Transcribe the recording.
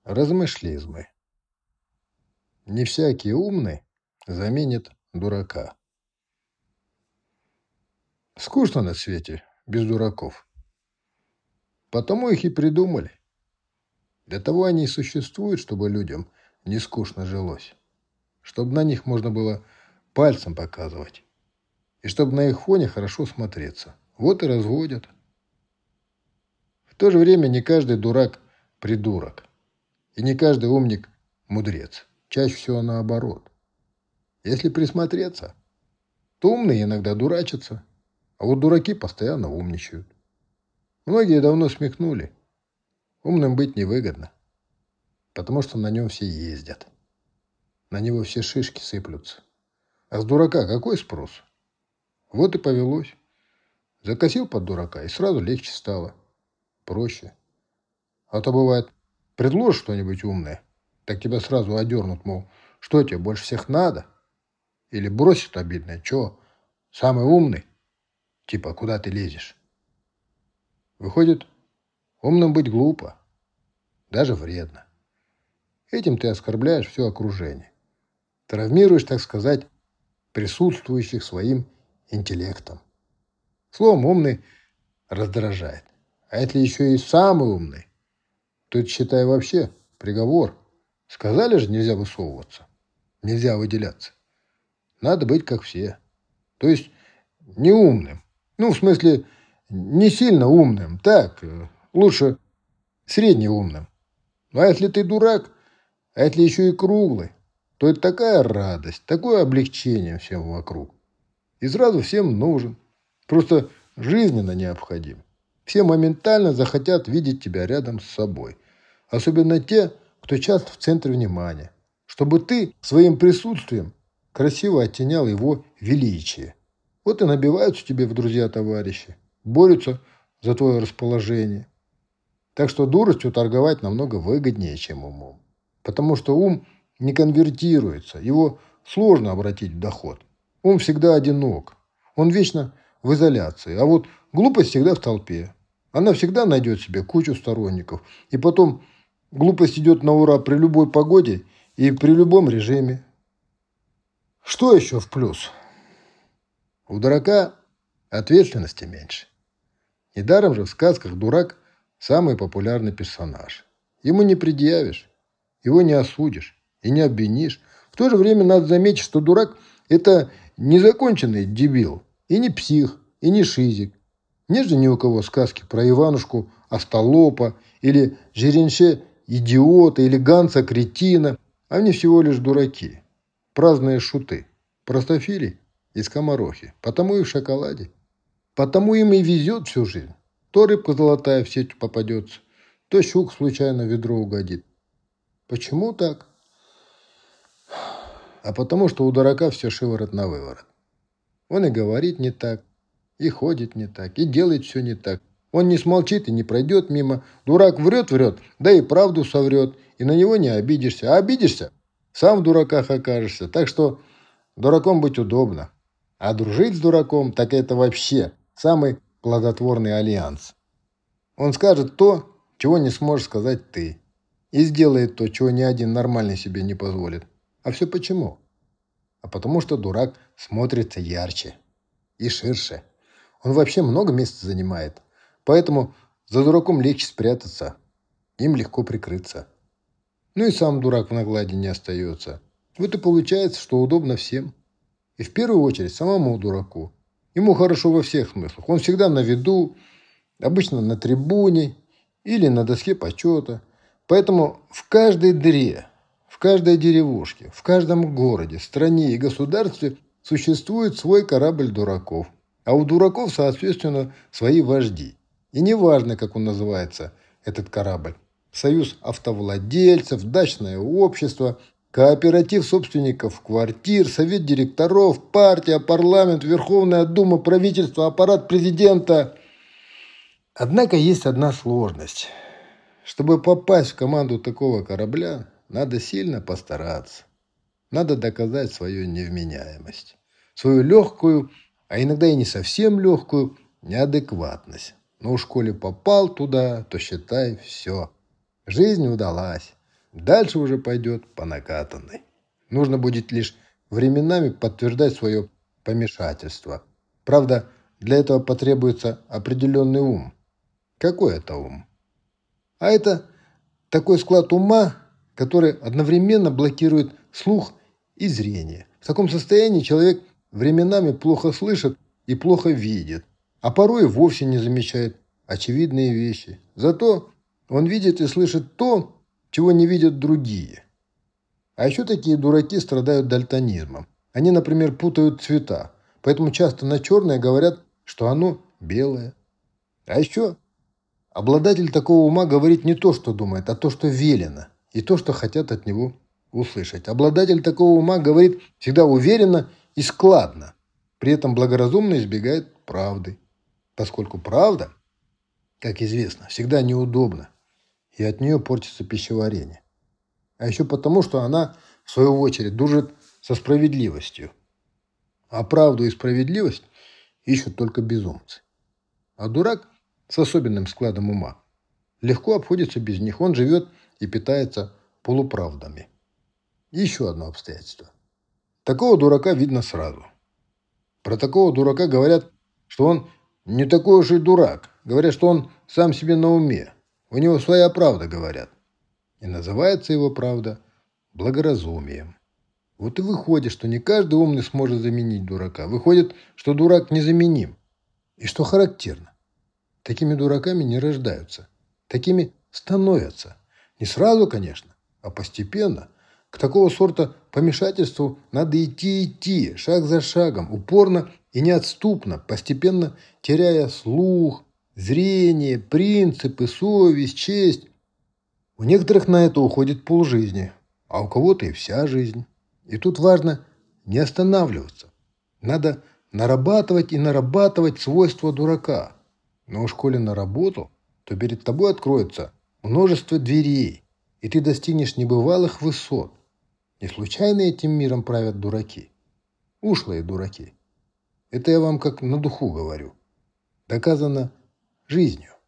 Размышлизмы. Не всякий умный заменит дурака. Скучно на свете без дураков. Потому их и придумали. Для того они и существуют, чтобы людям не скучно жилось. Чтобы на них можно было пальцем показывать. И чтобы на их фоне хорошо смотреться. Вот и разводят. В то же время не каждый дурак – придурок. И не каждый умник – мудрец. Чаще всего наоборот. Если присмотреться, то умные иногда дурачатся, а вот дураки постоянно умничают. Многие давно смекнули. Умным быть невыгодно, потому что на нем все ездят. На него все шишки сыплются. А с дурака какой спрос? Вот и повелось. Закосил под дурака, и сразу легче стало. Проще. А то бывает, предложишь что-нибудь умное, так тебя сразу одернут, мол, что тебе больше всех надо? Или бросит обидное, че, самый умный? Типа, куда ты лезешь? Выходит, умным быть глупо, даже вредно. Этим ты оскорбляешь все окружение. Травмируешь, так сказать, присутствующих своим интеллектом. Словом, умный раздражает. А если еще и самый умный, то это, считай, вообще приговор. Сказали же, нельзя высовываться, нельзя выделяться. Надо быть как все. То есть не умным. Ну, в смысле, не сильно умным. Так, лучше среднеумным. А если ты дурак, а если еще и круглый, то это такая радость, такое облегчение всем вокруг. И сразу всем нужен. Просто жизненно необходим. Все моментально захотят видеть тебя рядом с собой. Особенно те, кто часто в центре внимания. Чтобы ты своим присутствием красиво оттенял его величие. Вот и набиваются тебе в друзья-товарищи. Борются за твое расположение. Так что дуростью торговать намного выгоднее, чем умом. Потому что ум не конвертируется. Его сложно обратить в доход. Ум всегда одинок. Он вечно в изоляции. А вот глупость всегда в толпе. Она всегда найдет себе кучу сторонников. И потом глупость идет на ура при любой погоде и при любом режиме. Что еще в плюс? У дурака ответственности меньше. Недаром же в сказках дурак – самый популярный персонаж. Ему не предъявишь, его не осудишь и не обвинишь. В то же время надо заметить, что дурак – это незаконченный дебил, и не псих, и не шизик. Нет же ни у кого сказки про Иванушку Остолопа или Жиренше идиота или Ганса кретина. Они всего лишь дураки, праздные шуты, простофили и скоморохи, потому и в шоколаде. Потому им и везет всю жизнь. То рыбка золотая в сеть попадется, то щук случайно в ведро угодит. Почему так? А потому что у дурака все шиворот на выворот. Он и говорит не так, и ходит не так, и делает все не так. Он не смолчит и не пройдет мимо. Дурак врет, да и правду соврет, и на него не обидишься. А обидишься, сам в дураках окажешься. Так что дураком быть удобно. А дружить с дураком, так это вообще самый плодотворный альянс. Он скажет то, чего не сможешь сказать ты. И сделает то, чего ни один нормальный себе не позволит. А все почему? А потому что дурак смотрится ярче и ширше. Он вообще много места занимает. Поэтому за дураком легче спрятаться. Им легко прикрыться. Ну и сам дурак в нагладе не остается. Вот и получается, что удобно всем. И в первую очередь самому дураку. Ему хорошо во всех смыслах. Он всегда на виду, обычно на трибуне или на доске почета. Поэтому в каждой дыре, в каждой деревушке, в каждом городе, стране и государстве существует свой корабль дураков. А у дураков, соответственно, свои вожди. И неважно, как он называется, этот корабль. Союз автовладельцев, дачное общество, кооператив собственников квартир, совет директоров, партия, парламент, Верховная Дума, правительство, аппарат президента. Однако есть одна сложность. Чтобы попасть в команду такого корабля, надо сильно постараться. Надо доказать свою невменяемость, свою легкую, а иногда и не совсем легкую, неадекватность. Но уж коли попал туда, то считай все. Жизнь удалась. Дальше уже пойдет по накатанной. Нужно будет лишь временами подтверждать свое помешательство. Правда, для этого потребуется определенный ум. Какой это ум? А это такой склад ума, который одновременно блокирует слух и зрение. В таком состоянии человек временами плохо слышит и плохо видит, а порой и вовсе не замечает очевидные вещи. Зато он видит и слышит то, чего не видят другие. А еще такие дураки страдают дальтонизмом. Они, например, путают цвета, поэтому часто на черное говорят, что оно белое. А еще обладатель такого ума говорит не то, что думает, а то, что велено, и то, что хотят от него услышать. Обладатель такого ума говорит всегда уверенно и складно, при этом благоразумно избегает правды, поскольку правда, как известно, всегда неудобна, и от нее портится пищеварение. А еще потому, что она, в свою очередь, дружит со справедливостью. А правду и справедливость ищут только безумцы. А дурак с особенным складом ума легко обходится без них. Он живет и питается полуправдами. Еще одно обстоятельство. Такого дурака видно сразу. Про такого дурака говорят, что он не такой уж и дурак. Говорят, что он сам себе на уме. У него своя правда, говорят. И называется его правда благоразумием. Вот и выходит, что не каждый умный сможет заменить дурака. Выходит, что дурак незаменим. И что характерно, такими дураками не рождаются. Такими становятся. Не сразу, конечно, а постепенно. К такого сорта помешательству надо идти, шаг за шагом, упорно и неотступно, постепенно теряя слух, зрение, принципы, совесть, честь. У некоторых на это уходит полжизни, а у кого-то и вся жизнь. И тут важно не останавливаться. Надо нарабатывать и нарабатывать свойства дурака. Но уж коли наработал, то перед тобой откроется множество дверей, и ты достигнешь небывалых высот. Не случайно этим миром правят дураки. Ушлые дураки. Это я вам как на духу говорю. Доказано жизнью.